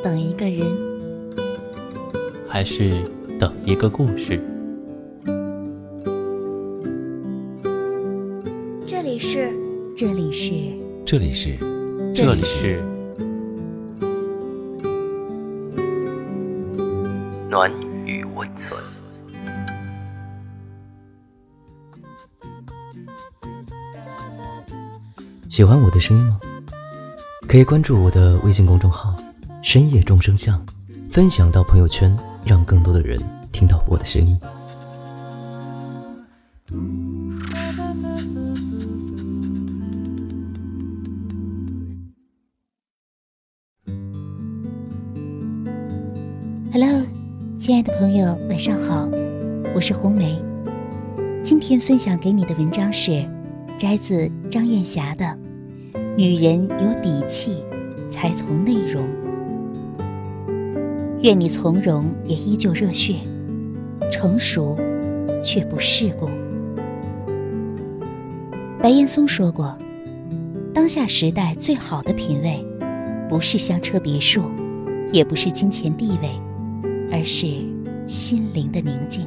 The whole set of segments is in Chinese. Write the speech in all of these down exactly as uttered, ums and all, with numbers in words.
等一个人， 还是等一个故事？ 这里是， 这里是， 这里是， 这里是暖与温存。 喜欢我的声音吗？可以关注我的微信公众号深夜众生相，分享到朋友圈，让更多的人听到我的声音。 Hello， 亲爱的朋友，晚上好，我是红梅。今天分享给你的文章是摘自张艳霞的《女人有底气才从内容》。愿你从容也依旧热血，成熟却不世故。白岩松说过，当下时代最好的品味，不是香车别墅，也不是金钱地位，而是心灵的宁静。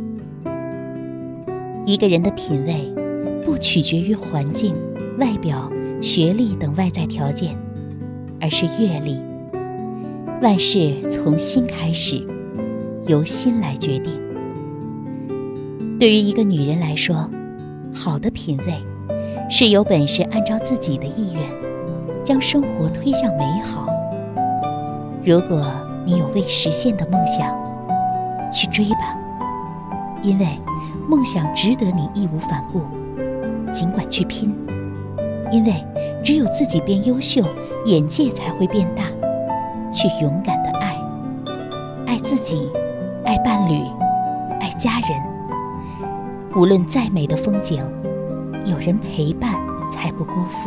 一个人的品味不取决于环境、外表、学历等外在条件，而是阅历。万事从心开始，由心来决定。对于一个女人来说，好的品味是有本事按照自己的意愿，将生活推向美好。如果你有未实现的梦想，去追吧，因为梦想值得你义无反顾，尽管去拼，因为只有自己变优秀，眼界才会变大。去勇敢的爱，爱自己，爱伴侣，爱家人。无论再美的风景，有人陪伴才不辜负。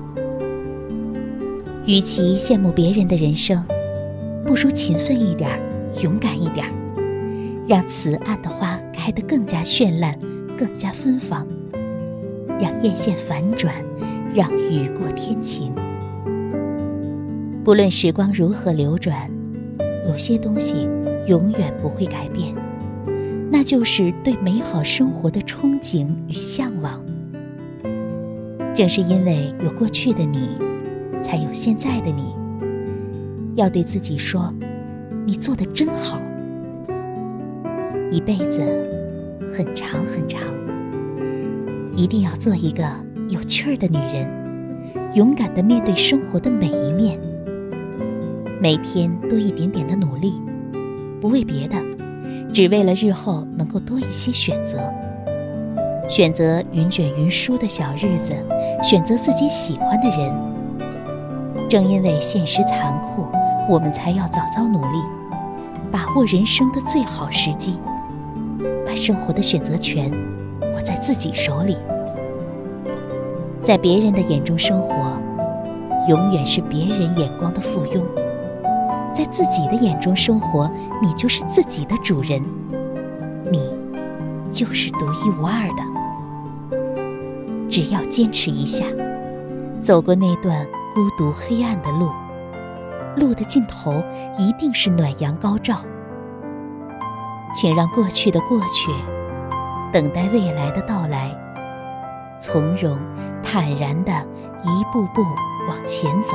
与其羡慕别人的人生，不如勤奋一点，勇敢一点，让慈爱的花开得更加绚烂，更加芬芳，让艳羡反转，让雨过天晴。不论时光如何流转，有些东西永远不会改变，那就是对美好生活的憧憬与向往。正是因为有过去的你，才有现在的你。要对自己说，你做得真好。一辈子很长很长，一定要做一个有趣儿的女人，勇敢地面对生活的每一面。每天多一点点的努力，不为别的，只为了日后能够多一些选择。选择云卷云舒的小日子，选择自己喜欢的人。正因为现实残酷，我们才要早早努力，把握人生的最好时机，把生活的选择权握在自己手里。在别人的眼中生活，永远是别人眼光的附庸。在自己的眼中生活，你就是自己的主人，你就是独一无二的。只要坚持一下，走过那段孤独黑暗的路，路的尽头一定是暖阳高照。请让过去的过去，等待未来的到来，从容坦然地一步步往前走。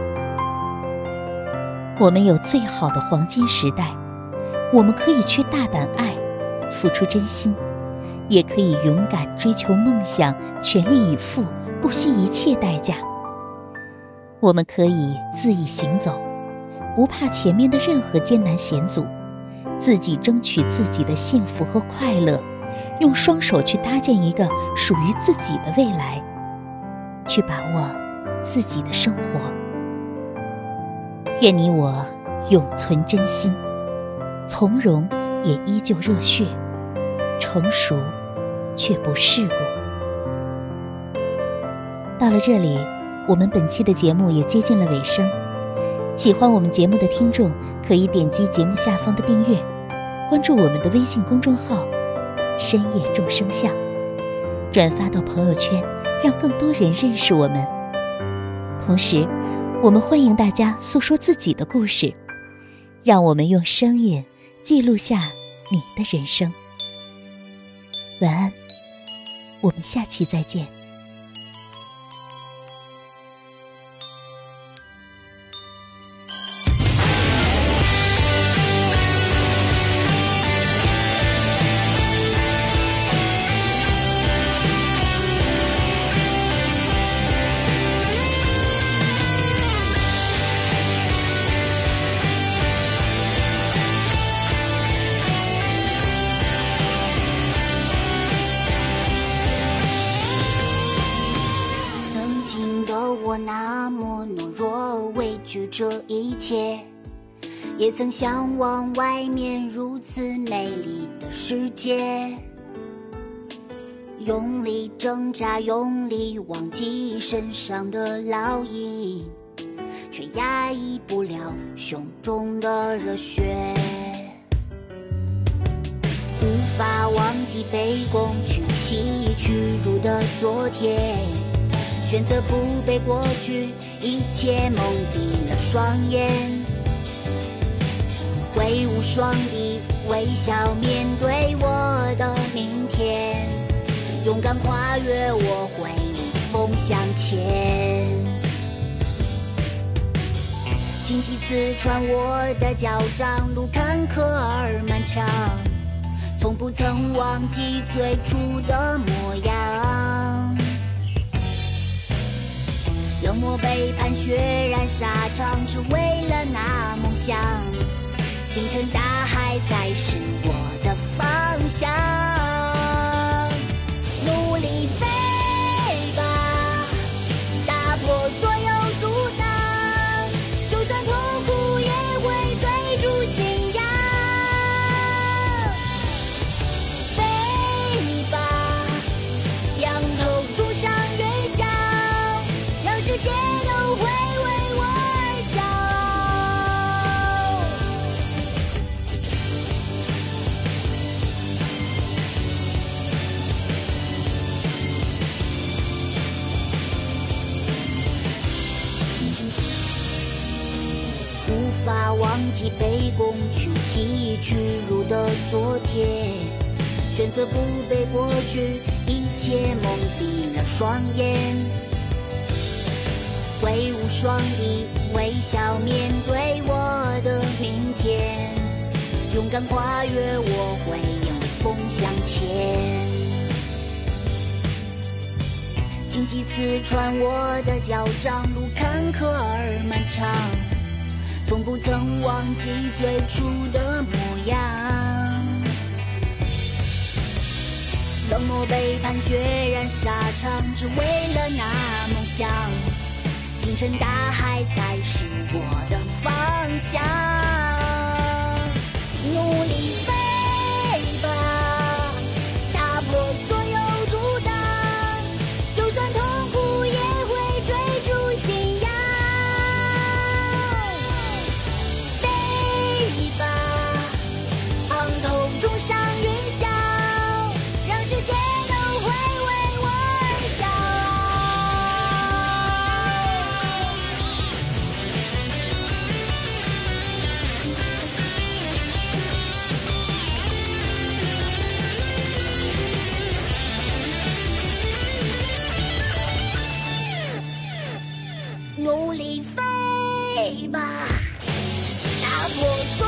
我们有最好的黄金时代，我们可以去大胆爱，付出真心，也可以勇敢追求梦想，全力以赴，不惜一切代价。我们可以恣意行走，不怕前面的任何艰难险阻，自己争取自己的幸福和快乐，用双手去搭建一个属于自己的未来，去把握自己的生活。愿你我永存真心，从容也依旧热血，成熟却不世故。到了这里，我们本期的节目也接近了尾声。喜欢我们节目的听众，可以点击节目下方的订阅，关注我们的微信公众号深夜众生相，转发到朋友圈，让更多人认识我们。同时，我们欢迎大家诉说自己的故事， 让我们用声音记录下你的人生。晚安，我们下期再见。 我那么懦弱，畏惧这一切，也曾向往外面如此美丽的世界，用力挣扎，用力忘记身上的烙印，却压抑不了胸中的热血，无法忘记卑躬屈膝屈辱的昨天，选择不被过去一切蒙蔽了双眼，挥舞双臂，微笑面对我的明天，勇敢跨越我会迎风向前。荆棘刺穿我的脚掌，路坎坷而漫长，从不曾忘记最初的模样。冷漠背叛，血染沙场，只为了那梦想。星辰大海才是我的方向。努力飞吧，打破所有阻挡，就算痛苦也会追逐信仰。飞吧，仰头冲向远翔，让世界都会为我而骄傲。无法忘记卑躬屈膝屈辱的昨天，选择不被过去一切蒙蔽了双眼，挥舞双臂，微笑面对我的明天，勇敢跨越我会迎风向前。荆棘刺穿我的脚掌，路坎坷而漫长，从不曾忘记最初的模样。冷漠背叛，血染沙场，只为了那梦想。星辰大海才是我的方向。努力飞吧，打破所有阻挡，就算痛苦也会追逐信仰。飞吧，昂头冲向云霄，让世界都会为我而骄傲。努力飞吧，打破所